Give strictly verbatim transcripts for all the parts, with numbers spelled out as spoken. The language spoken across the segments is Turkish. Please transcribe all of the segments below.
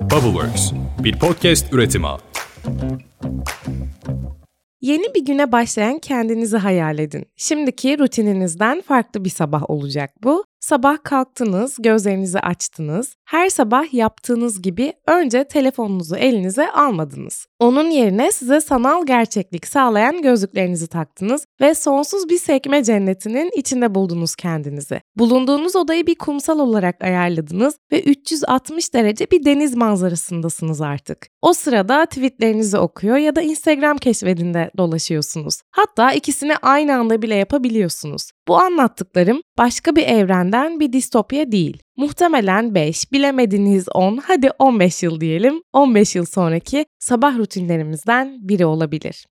Bubbleworks, bir podcast üretimi. Yeni bir güne başlayan kendinizi hayal edin. Şimdiki rutininizden farklı bir sabah olacak bu. Sabah kalktınız, gözlerinizi açtınız. Her sabah yaptığınız gibi önce telefonunuzu elinize almadınız. Onun yerine size sanal gerçeklik sağlayan gözlüklerinizi taktınız ve sonsuz bir sekme cennetinin içinde buldunuz kendinizi. Bulunduğunuz odayı bir kumsal olarak ayarladınız ve üç yüz altmış derece bir deniz manzarasındasınız artık. O sırada tweetlerinizi okuyor ya da Instagram keşfedinde dolaşıyorsunuz. Hatta ikisini aynı anda bile yapabiliyorsunuz. Bu anlattıklarım başka bir evrenden bir distopya değil. Muhtemelen beş, bilemediniz on, hadi on beş yıl diyelim, on beş yıl sonraki sabah rutinlerimizden biri olabilir.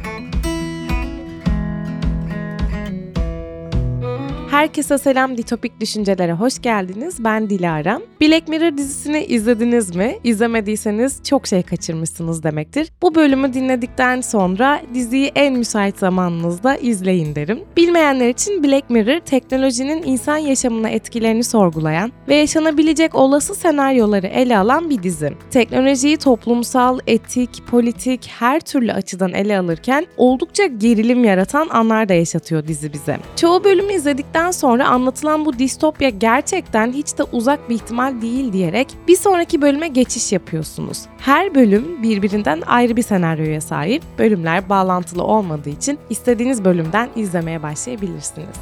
Herkese selam, Ditopik Düşüncelere hoş geldiniz. Ben Dilara. Black Mirror dizisini izlediniz mi? İzlemediyseniz çok şey kaçırmışsınız demektir. Bu bölümü dinledikten sonra diziyi en müsait zamanınızda izleyin derim. Bilmeyenler için Black Mirror, teknolojinin insan yaşamına etkilerini sorgulayan ve yaşanabilecek olası senaryoları ele alan bir dizi. Teknolojiyi toplumsal, etik, politik her türlü açıdan ele alırken oldukça gerilim yaratan anlar da yaşatıyor dizi bize. Çoğu bölümü izledikten sonra anlatılan bu distopya gerçekten hiç de uzak bir ihtimal değil diyerek bir sonraki bölüme geçiş yapıyorsunuz. Her bölüm birbirinden ayrı bir senaryoya sahip. Bölümler bağlantılı olmadığı için istediğiniz bölümden izlemeye başlayabilirsiniz.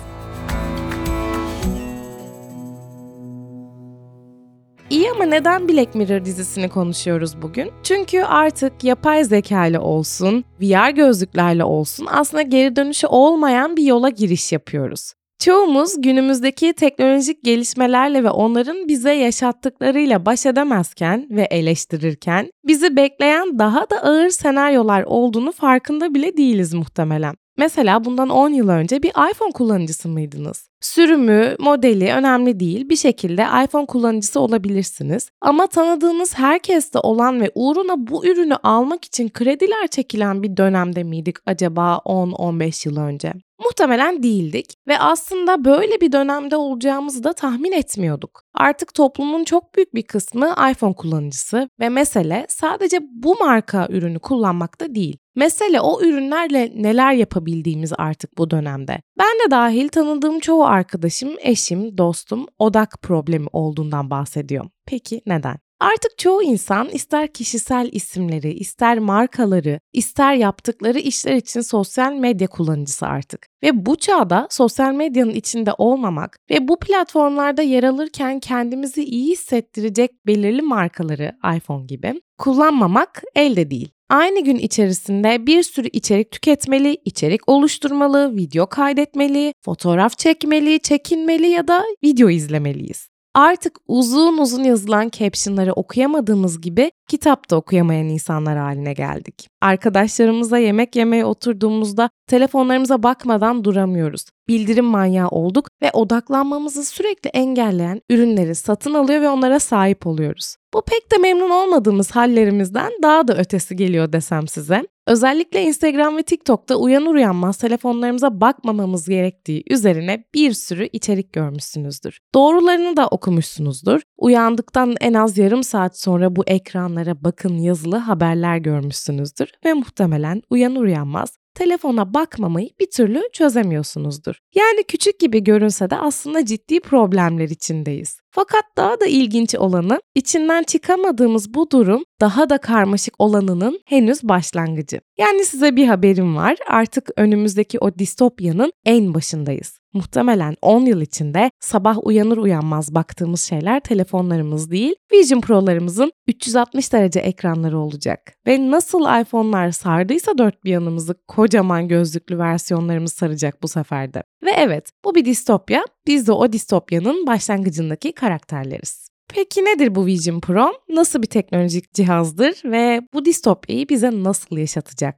İyi ama neden Black Mirror dizisini konuşuyoruz bugün? Çünkü artık yapay zekayla olsun, V R gözlüklerle olsun aslında geri dönüşü olmayan bir yola giriş yapıyoruz. Çoğumuz günümüzdeki teknolojik gelişmelerle ve onların bize yaşattıklarıyla baş edemezken ve eleştirirken bizi bekleyen daha da ağır senaryolar olduğunu farkında bile değiliz muhtemelen. Mesela bundan on yıl önce bir iPhone kullanıcısı mıydınız? Sürümü, modeli önemli değil, bir şekilde iPhone kullanıcısı olabilirsiniz. Ama tanıdığınız herkeste olan ve uğruna bu ürünü almak için krediler çekilen bir dönemde miydik acaba on on beş yıl önce? Muhtemelen değildik ve aslında böyle bir dönemde olacağımızı da tahmin etmiyorduk. Artık toplumun çok büyük bir kısmı iPhone kullanıcısı ve mesele sadece bu marka ürünü kullanmakta değil. Mesele o ürünlerle neler yapabildiğimiz artık bu dönemde. Ben de dahil tanıdığım çoğu arkadaşım, eşim, dostum odak problemi olduğundan bahsediyor. Peki neden? Artık çoğu insan ister kişisel isimleri, ister markaları, ister yaptıkları işler için sosyal medya kullanıcısı artık. Ve bu çağda sosyal medyanın içinde olmamak ve bu platformlarda yer alırken kendimizi iyi hissettirecek belirli markaları, iPhone gibi, kullanmamak elde değil. Aynı gün içerisinde bir sürü içerik tüketmeli, içerik oluşturmalı, video kaydetmeli, fotoğraf çekmeli, çekinmeli ya da video izlemeliyiz. Artık uzun uzun yazılan captionları okuyamadığımız gibi kitap da okuyamayan insanlar haline geldik. Arkadaşlarımızla yemek yemeye oturduğumuzda telefonlarımıza bakmadan duramıyoruz. Bildirim manyağı olduk ve odaklanmamızı sürekli engelleyen ürünleri satın alıyor ve onlara sahip oluyoruz. Bu pek de memnun olmadığımız hallerimizden daha da ötesi geliyor desem size. Özellikle Instagram ve TikTok'ta uyanır uyanmaz telefonlarımıza bakmamamız gerektiği üzerine bir sürü içerik görmüşsünüzdür. Doğrularını da okumuşsunuzdur. Uyandıktan en az yarım saat sonra bu ekranlara bakın yazılı haberler görmüşsünüzdür ve muhtemelen uyanır uyanmaz telefona bakmamayı bir türlü çözemiyorsunuzdur. Yani küçük gibi görünse de aslında ciddi problemler içindeyiz. Fakat daha da ilginç olanı, içinden çıkamadığımız bu durum daha da karmaşık olanının henüz başlangıcı. Yani size bir haberim var, artık önümüzdeki o distopyanın en başındayız. Muhtemelen on yıl içinde sabah uyanır uyanmaz baktığımız şeyler telefonlarımız değil, Vision Pro'larımızın üç yüz altmış derece ekranları olacak. Ve nasıl iPhone'lar sardıysa dört bir yanımızı kocaman gözlüklü versiyonlarımız saracak bu sefer de. Ve evet, bu bir distopya, biz de o distopyanın başlangıcındaki karakterleriz. Peki nedir bu Vision Pro? Nasıl bir teknolojik cihazdır ve bu distopyayı bize nasıl yaşatacaktır?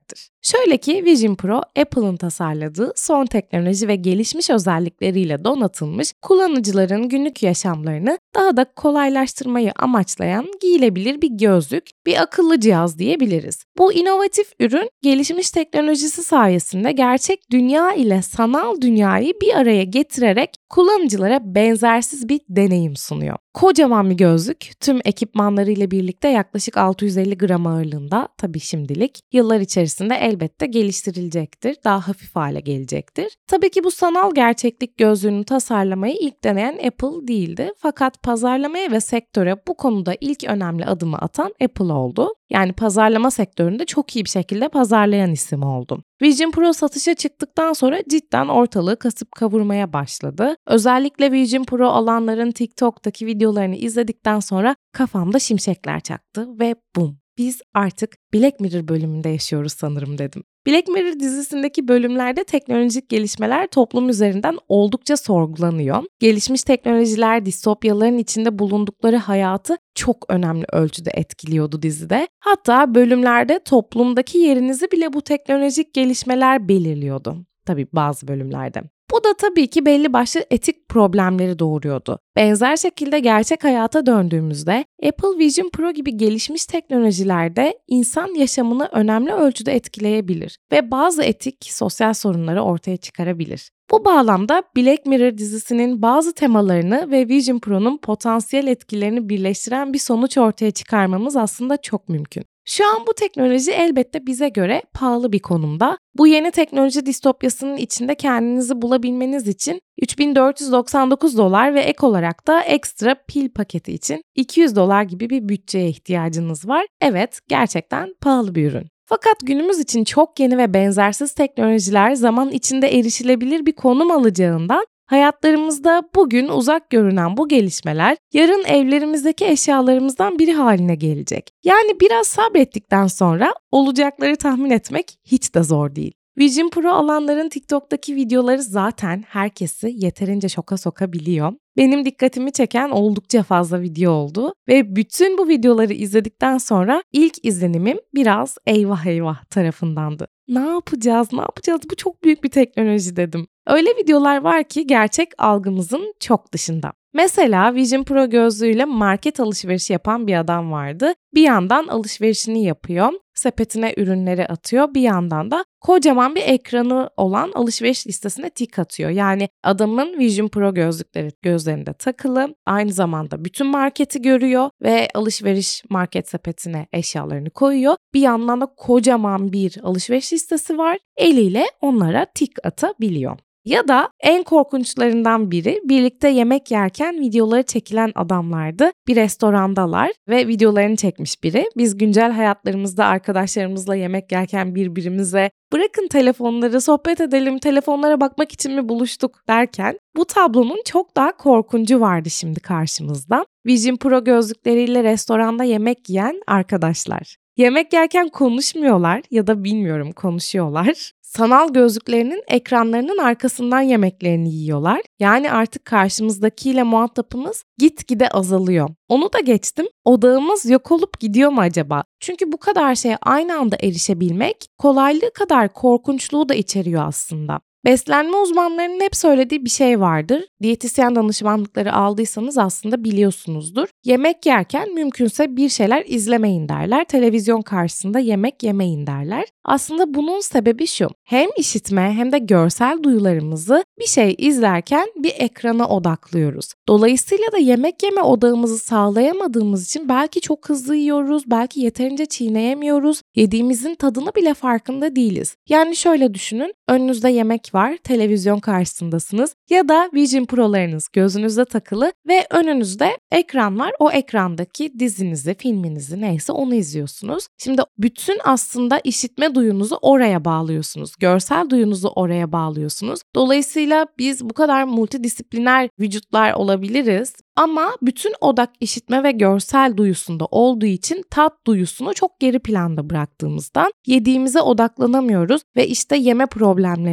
Şöyle ki Vision Pro, Apple'ın tasarladığı son teknoloji ve gelişmiş özellikleriyle donatılmış, kullanıcıların günlük yaşamlarını daha da kolaylaştırmayı amaçlayan giyilebilir bir gözlük, bir akıllı cihaz diyebiliriz. Bu inovatif ürün, gelişmiş teknolojisi sayesinde gerçek dünya ile sanal dünyayı bir araya getirerek kullanıcılara benzersiz bir deneyim sunuyor. Kocaman bir gözlük, tüm ekipmanlarıyla birlikte yaklaşık altı yüz elli gram ağırlığında, tabii şimdilik. Yıllar içerisinde elbette geliştirilecektir, daha hafif hale gelecektir. Tabii ki bu sanal gerçeklik gözlüğünü tasarlamayı ilk deneyen Apple değildi. Fakat pazarlamaya ve sektöre bu konuda ilk önemli adımı atan Apple oldu. Yani pazarlama sektöründe çok iyi bir şekilde pazarlayan isim oldu. Vision Pro satışa çıktıktan sonra cidden ortalığı kasıp kavurmaya başladı. Özellikle Vision Pro alanların TikTok'taki videolarını izledikten sonra kafamda şimşekler çaktı ve bum! Biz artık Black Mirror bölümünde yaşıyoruz sanırım dedim. Black Mirror dizisindeki bölümlerde teknolojik gelişmeler toplum üzerinden oldukça sorgulanıyor. Gelişmiş teknolojiler distopyaların içinde bulundukları hayatı çok önemli ölçüde etkiliyordu dizide. Hatta bölümlerde toplumdaki yerinizi bile bu teknolojik gelişmeler belirliyordu. Tabii bazı bölümlerde. Bu da tabii ki belli başlı etik problemleri doğuruyordu. Benzer şekilde gerçek hayata döndüğümüzde Apple Vision Pro gibi gelişmiş teknolojilerde insan yaşamını önemli ölçüde etkileyebilir ve bazı etik, sosyal sorunları ortaya çıkarabilir. Bu bağlamda Black Mirror dizisinin bazı temalarını ve Vision Pro'nun potansiyel etkilerini birleştiren bir sonuç ortaya çıkarmamız aslında çok mümkün. Şu an bu teknoloji elbette bize göre pahalı bir konumda. Bu yeni teknoloji distopyasının içinde kendinizi bulabilmeniz için üç bin dört yüz doksan dokuz dolar ve ek olarak da ekstra pil paketi için iki yüz dolar gibi bir bütçeye ihtiyacınız var. Evet, gerçekten pahalı bir ürün. Fakat günümüz için çok yeni ve benzersiz teknolojiler zaman içinde erişilebilir bir konum alacağından hayatlarımızda bugün uzak görünen bu gelişmeler yarın evlerimizdeki eşyalarımızdan biri haline gelecek. Yani biraz sabrettikten sonra olacakları tahmin etmek hiç de zor değil. Vision Pro alanların TikTok'taki videoları zaten herkesi yeterince şoka sokabiliyor. Benim dikkatimi çeken oldukça fazla video oldu ve bütün bu videoları izledikten sonra ilk izlenimim biraz eyvah eyvah tarafındandı. Ne yapacağız, ne yapacağız? Bu çok büyük bir teknoloji dedim. Öyle videolar var ki gerçek algımızın çok dışında. Mesela Vision Pro gözlüğüyle market alışverişi yapan bir adam vardı. Bir yandan alışverişini yapıyor, sepetine ürünleri atıyor, bir yandan da kocaman bir ekranı olan alışveriş listesine tik atıyor. Yani adamın Vision Pro gözlükleri gözlerinde takılı, aynı zamanda bütün marketi görüyor ve alışveriş market sepetine eşyalarını koyuyor. Bir yandan da kocaman bir alışveriş listesi var, eliyle onlara tik atabiliyor. Ya da en korkunçlarından biri birlikte yemek yerken videoları çekilen adamlardı. Bir restorandalar ve videolarını çekmiş biri. Biz güncel hayatlarımızda arkadaşlarımızla yemek yerken birbirimize bırakın telefonları, sohbet edelim, telefonlara bakmak için mi buluştuk derken bu tablonun çok daha korkuncu vardı şimdi karşımızda. Vision Pro gözlükleriyle restoranda yemek yiyen arkadaşlar. Yemek yerken konuşmuyorlar ya da bilmiyorum konuşuyorlar. Sanal gözlüklerinin ekranlarının arkasından yemeklerini yiyorlar. Yani artık karşımızdakiyle muhatapımız gitgide azalıyor. Onu da geçtim. Odağımız yok olup gidiyor mu acaba? Çünkü bu kadar şeye aynı anda erişebilmek kolaylığı kadar korkunçluğu da içeriyor aslında. Beslenme uzmanlarının hep söylediği bir şey vardır. Diyetisyen danışmanlıkları aldıysanız aslında biliyorsunuzdur. Yemek yerken mümkünse bir şeyler izlemeyin derler. Televizyon karşısında yemek yemeyin derler. Aslında bunun sebebi şu. Hem işitme hem de görsel duyularımızı bir şey izlerken bir ekrana odaklıyoruz. Dolayısıyla da yemek yeme odağımızı sağlayamadığımız için belki çok hızlı yiyoruz, belki yeterince çiğneyemiyoruz. Yediğimizin tadını bile farkında değiliz. Yani şöyle düşünün. Önünüzde yemek var, televizyon karşısındasınız ya da Vision Pro'larınız gözünüzde takılı ve önünüzde ekran var. O ekrandaki dizinizi, filminizi neyse onu izliyorsunuz. Şimdi bütün aslında işitme duyunuzu oraya bağlıyorsunuz. Görsel duyunuzu oraya bağlıyorsunuz. Dolayısıyla biz bu kadar multidisipliner vücutlar olabiliriz. Ama bütün odak işitme ve görsel duyusunda olduğu için tat duyusunu çok geri planda bıraktığımızdan yediğimize odaklanamıyoruz ve işte yeme problemleri başlıyor.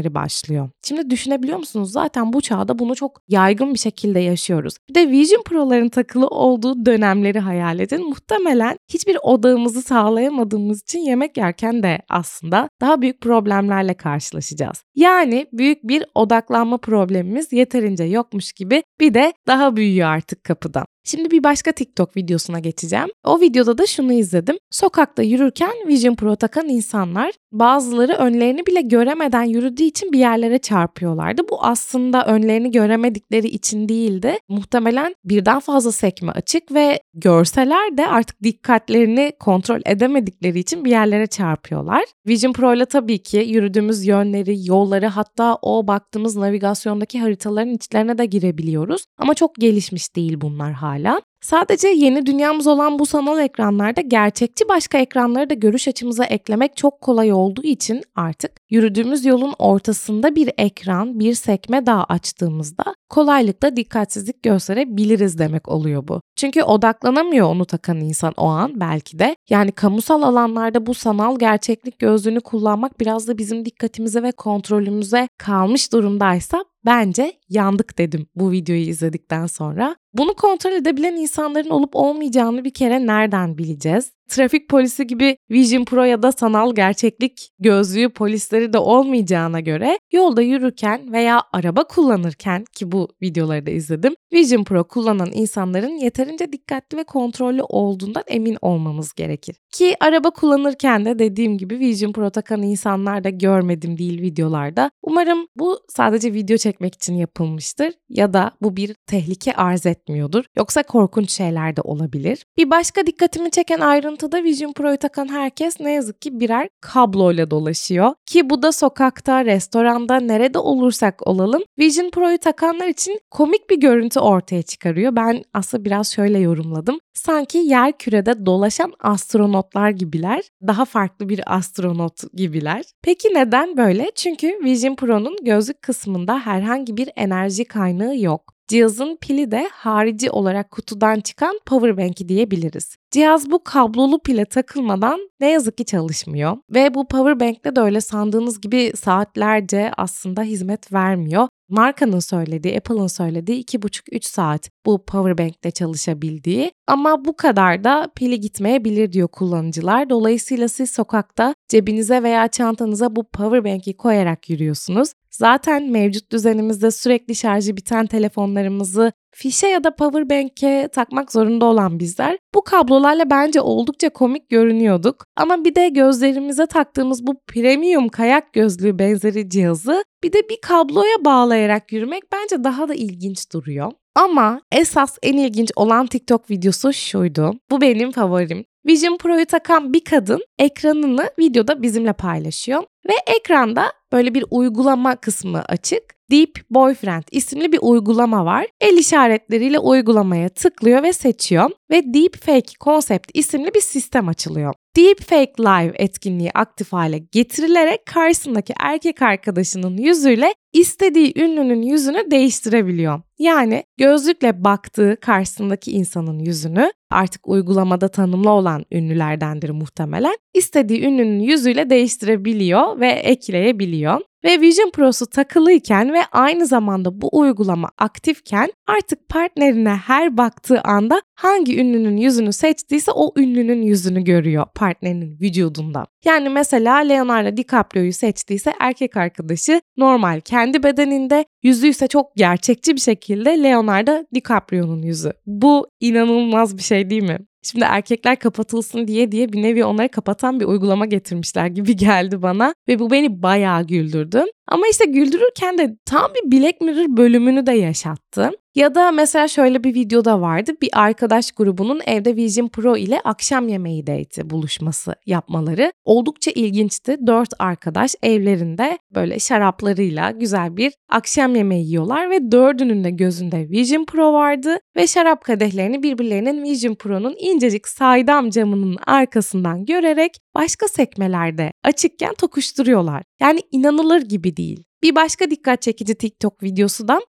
başlıyor. Şimdi düşünebiliyor musunuz? Zaten bu çağda bunu çok yaygın bir şekilde yaşıyoruz. Bir de Vision Pro'ların takılı olduğu dönemleri hayal edin. Muhtemelen hiçbir odağımızı sağlayamadığımız için yemek yerken de aslında daha büyük problemlerle karşılaşacağız. Yani büyük bir odaklanma problemimiz yeterince yokmuş gibi bir de daha büyüyor artık kapıda. Şimdi bir başka TikTok videosuna geçeceğim. O videoda da şunu izledim. Sokakta yürürken Vision Pro takan insanlar bazıları önlerini bile göremeden yürüdüğü için bir yerlere çarpıyorlardı. Bu aslında önlerini göremedikleri için değildi. Muhtemelen birden fazla sekme açık ve görseler de artık dikkatlerini kontrol edemedikleri için bir yerlere çarpıyorlar. Vision Pro ile tabii ki yürüdüğümüz yönleri, yolları, hatta o baktığımız navigasyondaki haritaların içlerine de girebiliyoruz. Ama çok gelişmiş değil bunlar hala. Sadece yeni dünyamız olan bu sanal ekranlarda gerçekçi başka ekranları da görüş açımıza eklemek çok kolay olduğu için artık yürüdüğümüz yolun ortasında bir ekran, bir sekme daha açtığımızda kolaylıkla dikkatsizlik gösterebiliriz demek oluyor bu. Çünkü odaklanamıyor onu takan insan o an belki de. Yani kamusal alanlarda bu sanal gerçeklik gözlüğünü kullanmak biraz da bizim dikkatimize ve kontrolümüze kalmış durumdaysa bence yandık dedim bu videoyu izledikten sonra. Bunu kontrol edebilen insanların olup olmayacağını bir kere nereden bileceğiz? Trafik polisi gibi Vision Pro ya da sanal gerçeklik gözlüğü polisleri de olmayacağına göre yolda yürürken veya araba kullanırken, ki bu videoları da izledim, Vision Pro kullanan insanların yeterince dikkatli ve kontrollü olduğundan emin olmamız gerekir. Ki araba kullanırken de dediğim gibi Vision Pro takan insanlar da görmedim değil videolarda. Umarım bu sadece video çekmek için yapılmıştır ya da bu bir tehlike arz etmiyordur. Yoksa korkunç şeyler de olabilir. Bir başka dikkatimi çeken ayrıntıda Vision Pro'yu takan herkes ne yazık ki birer kabloyla dolaşıyor. Ki bu da sokakta, restoranda, nerede olursak olalım Vision Pro'yu takanlar için komik bir görüntü ortaya çıkarıyor. Ben aslında biraz şöyle yorumladım. Sanki yer kürede dolaşan astronotlar gibiler. Daha farklı bir astronot gibiler. Peki neden böyle? Çünkü Vision Pro'nun gözlük kısmında herhangi bir enerji kaynağı yok. Cihazın pili de harici olarak kutudan çıkan powerbank'i diyebiliriz. Cihaz bu kablolu pile takılmadan ne yazık ki çalışmıyor ve bu powerbank'te de öyle sandığınız gibi saatlerce aslında hizmet vermiyor. Markanın söylediği, Apple'ın söylediği iki buçuk üç saat bu powerbank'te çalışabildiği, ama bu kadar da pili gitmeyebilir diyor kullanıcılar. Dolayısıyla siz sokakta cebinize veya çantanıza bu powerbank'i koyarak yürüyorsunuz. Zaten mevcut düzenimizde sürekli şarjı biten telefonlarımızı fişe ya da powerbank'e takmak zorunda olan bizler bu kablolarla bence oldukça komik görünüyorduk. Ama bir de gözlerimize taktığımız bu premium kayak gözlüğü benzeri cihazı bir de bir kabloya bağlayarak yürümek bence daha da ilginç duruyor. Ama esas en ilginç olan TikTok videosu şuydu. Bu benim favorim. Vision Pro'yu takan bir kadın ekranını videoda bizimle paylaşıyor ve ekranda böyle bir uygulama kısmı açık. Deep Boyfriend isimli bir uygulama var. El işaretleriyle uygulamaya tıklıyor ve seçiyor ve Deepfake Concept isimli bir sistem açılıyor. Deepfake Live etkinliği aktif hale getirilerek karşısındaki erkek arkadaşının yüzüyle istediği ünlünün yüzünü değiştirebiliyor. Yani gözlükle baktığı karşısındaki insanın yüzünü, artık uygulamada tanımlı olan ünlülerdendir muhtemelen, istediği ünlünün yüzüyle değiştirebiliyor ve ekleyebiliyor. Ve Vision Pro'su takılıyken ve aynı zamanda bu uygulama aktifken artık partnerine her baktığı anda hangi ünlünün yüzünü seçtiyse o ünlünün yüzünü görüyor partnerinin vücudunda. Yani mesela Leonardo DiCaprio'yu seçtiyse erkek arkadaşı normal kendi bedeninde, yüzü ise çok gerçekçi bir şekilde Leonardo DiCaprio'nun yüzü. Bu inanılmaz bir şey değil mi? Şimdi erkekler kapatılsın diye diye bir nevi onları kapatan bir uygulama getirmişler gibi geldi bana ve bu beni bayağı güldürdü. Ama işte güldürürken de tam bir Black Mirror bölümünü de yaşattı. Ya da mesela şöyle bir videoda vardı. Bir arkadaş grubunun evde Vision Pro ile akşam yemeği date buluşması yapmaları oldukça ilginçti. Dört arkadaş evlerinde böyle şaraplarıyla güzel bir akşam yemeği yiyorlar ve dördünün de gözünde Vision Pro vardı ve şarap kadehlerini birbirlerinin Vision Pro'nun incecik saydam camının arkasından görerek başka sekmelerde açıkken tokuşturuyorlar. Yani inanılır gibi değil. Bir başka dikkat çekici TikTok videosu da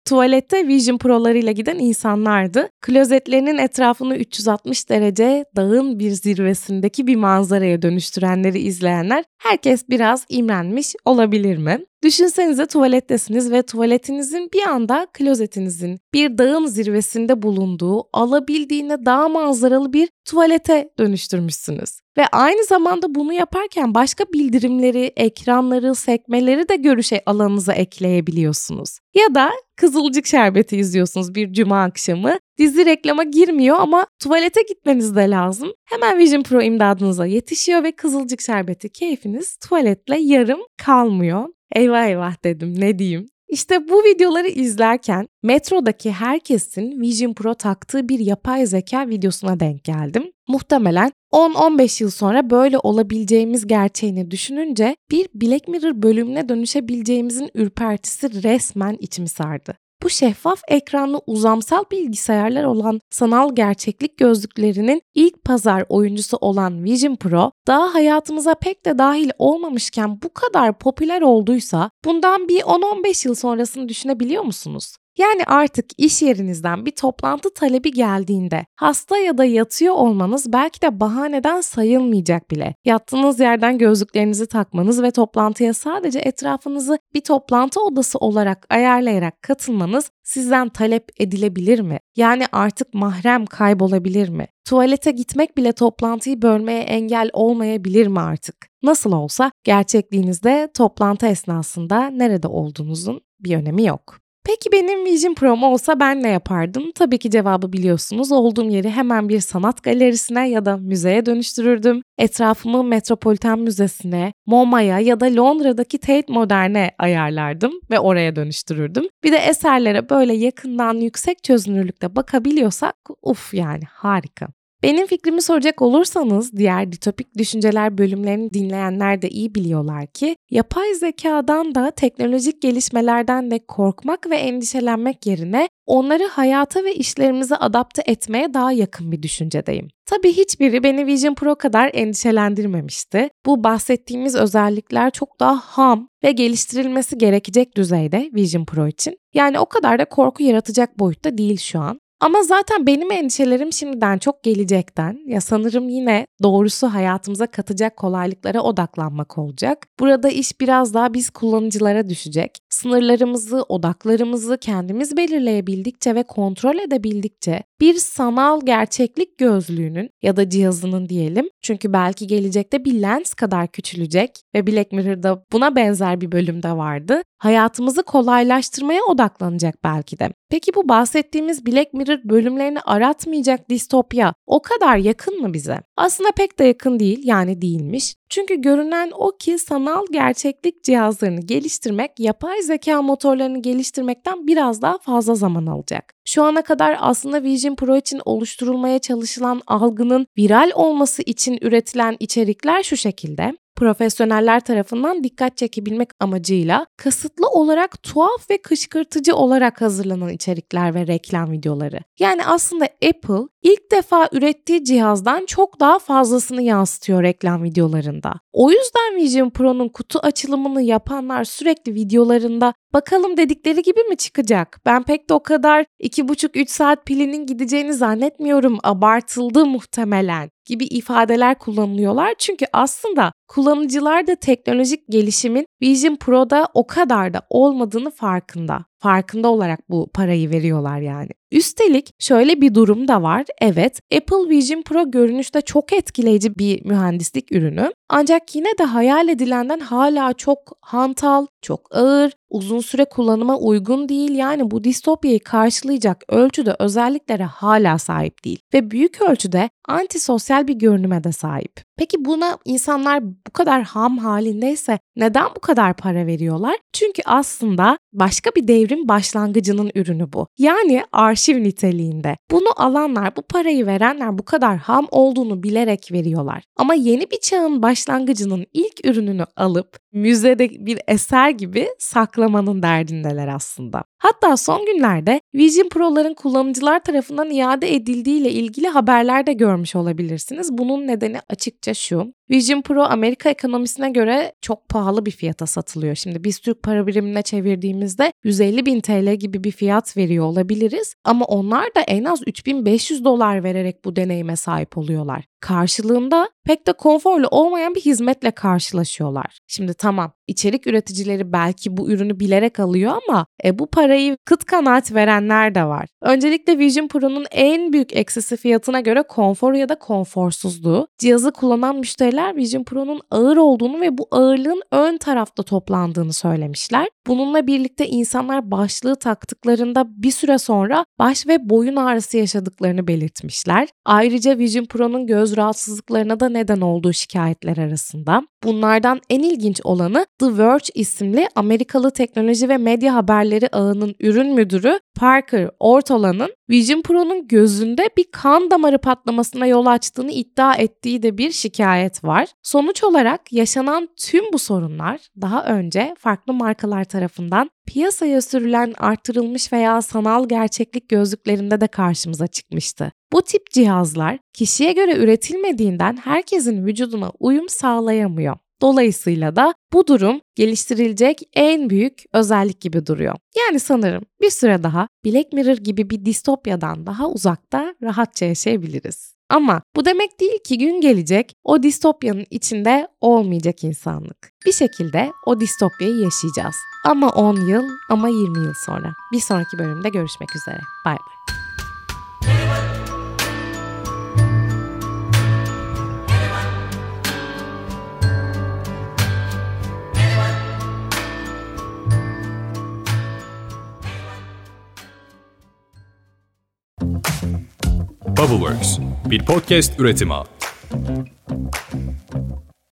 tuvalette Vision Pro'larıyla giden insanlardı. Klozetlerinin etrafını üç yüz altmış derece dağın bir zirvesindeki bir manzaraya dönüştürenleri izleyenler herkes biraz imrenmiş olabilir mi? Düşünsenize tuvalettesiniz ve tuvaletinizin bir anda klozetinizin bir dağın zirvesinde bulunduğu alabildiğine dağ manzaralı bir tuvalete dönüştürmüşsünüz. Ve aynı zamanda bunu yaparken başka bildirimleri, ekranları, sekmeleri de görüş alanınıza ekleyebiliyorsunuz. Ya da Kızılcık Şerbeti izliyorsunuz bir cuma akşamı. Dizi reklama girmiyor ama tuvalete gitmeniz de lazım. Hemen Vision Pro imdadınıza yetişiyor ve Kızılcık Şerbeti keyfiniz tuvaletle yarım kalmıyor. Eyvah eyvah dedim, ne diyeyim. İşte bu videoları izlerken metrodaki herkesin Vision Pro taktığı bir yapay zeka videosuna denk geldim. Muhtemelen on on beş yıl sonra böyle olabileceğimiz gerçeğini düşününce bir Black Mirror bölümüne dönüşebileceğimizin ürpertisi resmen içimi sardı. Bu şeffaf ekranlı uzamsal bilgisayarlar olan sanal gerçeklik gözlüklerinin ilk pazar oyuncusu olan Vision Pro, daha hayatımıza pek de dahil olmamışken bu kadar popüler olduysa bundan bir on on beş yıl sonrasını düşünebiliyor musunuz? Yani artık iş yerinizden bir toplantı talebi geldiğinde hasta ya da yatıyor olmanız belki de bahaneden sayılmayacak bile. Yattığınız yerden gözlüklerinizi takmanız ve toplantıya sadece etrafınızı bir toplantı odası olarak ayarlayarak katılmanız sizden talep edilebilir mi? Yani artık mahrem kaybolabilir mi? Tuvalete gitmek bile toplantıyı bölmeye engel olmayabilir mi artık? Nasıl olsa gerçekliğinizde toplantı esnasında nerede olduğunuzun bir önemi yok. Peki benim Vision Pro'm olsa ben ne yapardım? Tabii ki cevabı biliyorsunuz. Olduğum yeri hemen bir sanat galerisine ya da müzeye dönüştürürdüm. Etrafımı Metropolitan Müzesi'ne, MoMA'ya ya da Londra'daki Tate Modern'e ayarlardım ve oraya dönüştürürdüm. Bir de eserlere böyle yakından yüksek çözünürlükte bakabiliyorsak uf yani harika. Benim fikrimi soracak olursanız diğer ditopik düşünceler bölümlerini dinleyenler de iyi biliyorlar ki yapay zekadan da teknolojik gelişmelerden de korkmak ve endişelenmek yerine onları hayata ve işlerimize adapte etmeye daha yakın bir düşüncedeyim. Tabii hiçbiri beni Vision Pro kadar endişelendirmemişti. Bu bahsettiğimiz özellikler çok daha ham ve geliştirilmesi gerekecek düzeyde Vision Pro için. Yani o kadar da korku yaratacak boyutta değil şu an. Ama zaten benim endişelerim şimdiden çok gelecekten. Ya sanırım yine doğrusu hayatımıza katacak kolaylıklara odaklanmak olacak. Burada iş biraz daha biz kullanıcılara düşecek. Sınırlarımızı, odaklarımızı kendimiz belirleyebildikçe ve kontrol edebildikçe bir sanal gerçeklik gözlüğünün ya da cihazının diyelim. Çünkü belki gelecekte bir lens kadar küçülecek ve Black Mirror'da buna benzer bir bölümde vardı. Hayatımızı kolaylaştırmaya odaklanacak belki de. Peki bu bahsettiğimiz Black Mirror bölümlerini aratmayacak distopya o kadar yakın mı bize? Aslında pek de yakın değil, yani değilmiş. Çünkü görünen o ki sanal gerçeklik cihazlarını geliştirmek, yapay zeka motorlarını geliştirmekten biraz daha fazla zaman alacak. Şu ana kadar aslında Vision Pro için oluşturulmaya çalışılan algının viral olması için üretilen içerikler şu şekilde. Profesyoneller tarafından dikkat çekebilmek amacıyla kasıtlı olarak tuhaf ve kışkırtıcı olarak hazırlanan içerikler ve reklam videoları. Yani aslında Apple ilk defa ürettiği cihazdan çok daha fazlasını yansıtıyor reklam videolarında. O yüzden Vision Pro'nun kutu açılımını yapanlar sürekli videolarında bakalım dedikleri gibi mi çıkacak? Ben pek de o kadar iki buçuk üç saat pilinin gideceğini zannetmiyorum, abartıldı muhtemelen gibi ifadeler kullanılıyorlar. Çünkü aslında kullanıcılar da teknolojik gelişimin Vision Pro'da o kadar da olmadığını farkında. Farkında olarak bu parayı veriyorlar yani. Üstelik şöyle bir durum da var. Evet, Apple Vision Pro görünüşte çok etkileyici bir mühendislik ürünü. Ancak yine de hayal edilenden hala çok hantal, çok ağır, uzun süre kullanıma uygun değil. Yani bu distopyayı karşılayacak ölçüde özelliklere hala sahip değil. Ve büyük ölçüde antisosyal bir görünüme de sahip. Peki buna insanlar bu kadar ham halindeyse neden bu kadar para veriyorlar? Çünkü aslında başka bir devrim başlangıcının ürünü bu. Yani arşiv niteliğinde. Bunu alanlar, bu parayı verenler bu kadar ham olduğunu bilerek veriyorlar. Ama yeni bir çağın başlangıcının ilk ürününü alıp müzede bir eser gibi saklamanın derdindeler aslında. Hatta son günlerde Vision Pro'ların kullanıcılar tarafından iade edildiğiyle ilgili haberler de görmüş olabilirsiniz. Bunun nedeni açıkça şu: Vision Pro Amerika ekonomisine göre çok pahalı bir fiyata satılıyor. Şimdi biz Türk para birimine çevirdiğimizde yüz elli bin T L gibi bir fiyat veriyor olabiliriz. Ama onlar da en az üç bin beş yüz dolar vererek bu deneyime sahip oluyorlar. Karşılığında pek de konforlu olmayan bir hizmetle karşılaşıyorlar. Şimdi tamam, içerik üreticileri belki bu ürünü bilerek alıyor ama e, bu parayı kıt kanaat verenler de var. Öncelikle Vision Pro'nun en büyük eksisi fiyatına göre konfor ya da konforsuzluğu. Cihazı kullanan müşteriler Vision Pro'nun ağır olduğunu ve bu ağırlığın ön tarafta toplandığını söylemişler. Bununla birlikte insanlar başlığı taktıklarında bir süre sonra baş ve boyun ağrısı yaşadıklarını belirtmişler. Ayrıca Vision Pro'nun göz rahatsızlıklarına da neden olduğu şikayetler arasında. Bunlardan en ilginç olanı The Verge isimli Amerikalı teknoloji ve medya haberleri ağının ürün müdürü Parker Ortolan'ın Vision Pro'nun gözünde bir kan damarı patlamasına yol açtığını iddia ettiği de bir şikayet var. Sonuç olarak yaşanan tüm bu sorunlar daha önce farklı markalar tarafından piyasaya sürülen artırılmış veya sanal gerçeklik gözlüklerinde de karşımıza çıkmıştı. Bu tip cihazlar kişiye göre üretilmediğinden herkesin vücuduna uyum sağlayamıyor. Dolayısıyla da bu durum geliştirilecek en büyük özellik gibi duruyor. Yani sanırım bir süre daha Black Mirror gibi bir distopyadan daha uzakta rahatça yaşayabiliriz. Ama bu demek değil ki gün gelecek o distopyanın içinde olmayacak insanlık. Bir şekilde o distopyayı yaşayacağız. Ama on yıl, ama yirmi yıl sonra. Bir sonraki bölümde görüşmek üzere. Bay bay. Bubbleworks, bir podcast üretimi.